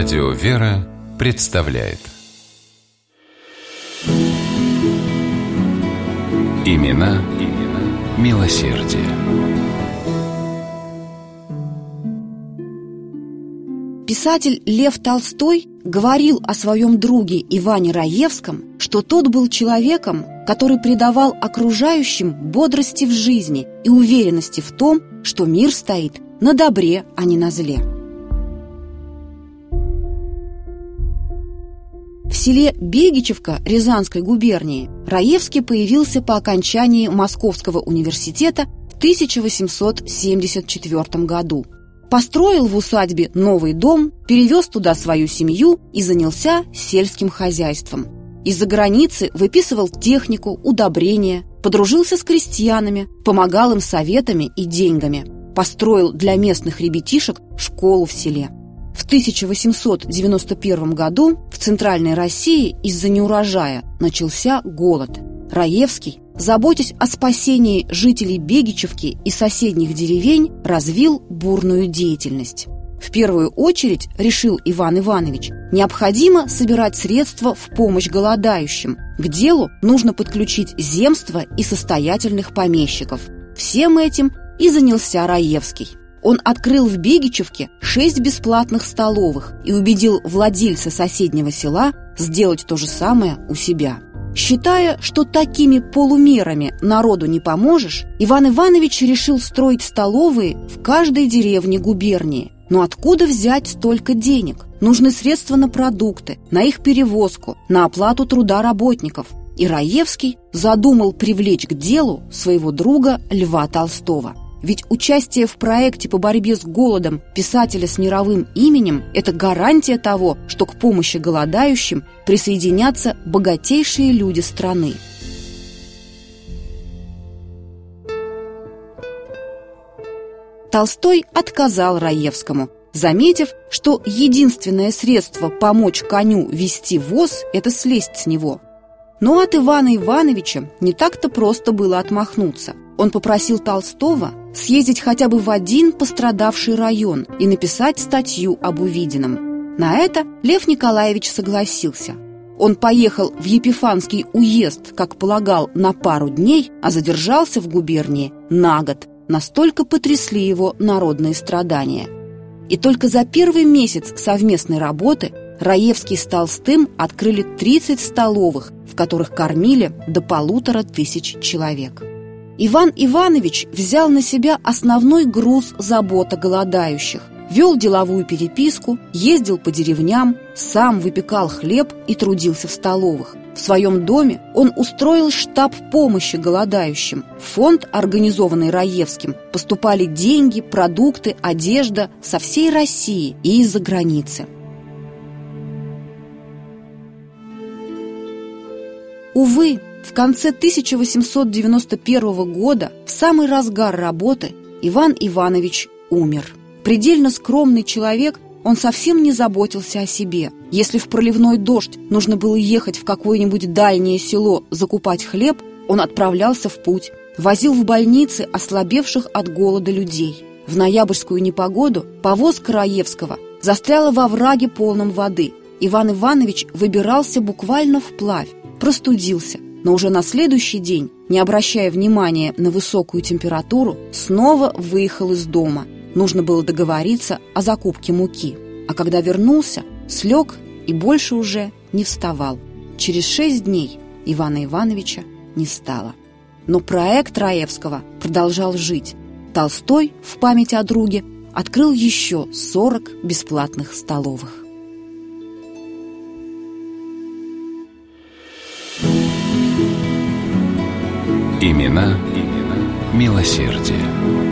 Радио «Вера» представляет Имена милосердия. Писатель Лев Толстой говорил о своем друге Иване Раевском, что тот был человеком, который придавал окружающим бодрости в жизни и уверенности в том, что мир стоит на добре, а не на зле. В селе Бегичевка Рязанской губернии Раевский появился по окончании Московского университета в 1874 году. Построил в усадьбе новый дом, перевез туда свою семью и занялся сельским хозяйством. Из-за границы выписывал технику, удобрения, подружился с крестьянами, помогал им советами и деньгами. Построил для местных ребятишек школу в селе. В 1891 году в Центральной России из-за неурожая начался голод. Раевский, заботясь о спасении жителей Бегичевки и соседних деревень, развил бурную деятельность. В первую очередь, решил Иван Иванович, необходимо собирать средства в помощь голодающим. К делу нужно подключить земство и состоятельных помещиков. Всем этим и занялся Раевский. Он открыл в Бегичевке 6 бесплатных столовых и убедил владельца соседнего села сделать то же самое у себя. Считая, что такими полумерами народу не поможешь, Иван Иванович решил строить столовые в каждой деревне губернии. Но откуда взять столько денег? Нужны средства на продукты, на их перевозку, на оплату труда работников. И Раевский задумал привлечь к делу своего друга Льва Толстого. Ведь участие в проекте по борьбе с голодом писателя с мировым именем – это гарантия того, что к помощи голодающим присоединятся богатейшие люди страны. Толстой отказал Раевскому, заметив, что единственное средство помочь коню вести воз – это слезть с него. Но от Ивана Ивановича не так-то просто было отмахнуться. Он попросил Толстого съездить хотя бы в один пострадавший район и написать статью об увиденном. На это Лев Николаевич согласился. Он поехал в Епифанский уезд, как полагал, на пару дней, а задержался в губернии на год. Настолько потрясли его народные страдания. И только за первый месяц совместной работы Раевский с Толстым открыли 30 столовых, в которых кормили до 1500 человек. Иван Иванович взял на себя основной груз забот о голодающих, вел деловую переписку, ездил по деревням, сам выпекал хлеб и трудился в столовых. В своем доме он устроил штаб помощи голодающим. В фонд, организованный Раевским, поступали деньги, продукты, одежда со всей России и из-за границы. Увы, в конце 1891 года, в самый разгар работы, Иван Иванович умер. Предельно скромный человек, он совсем не заботился о себе. Если в проливной дождь нужно было ехать в какое-нибудь дальнее село закупать хлеб, он отправлялся в путь, возил в больницы ослабевших от голода людей. В ноябрьскую непогоду повозка Раевского застряла во враге, полном воды. Иван Иванович выбирался буквально вплавь, простудился, но уже на следующий день, не обращая внимания на высокую температуру, снова выехал из дома. Нужно было договориться о закупке муки. А когда вернулся, слег и больше уже не вставал. Через 6 дней Ивана Ивановича не стало. Но проект Раевского продолжал жить. Толстой в память о друге открыл еще 40 бесплатных столовых. Имена милосердия.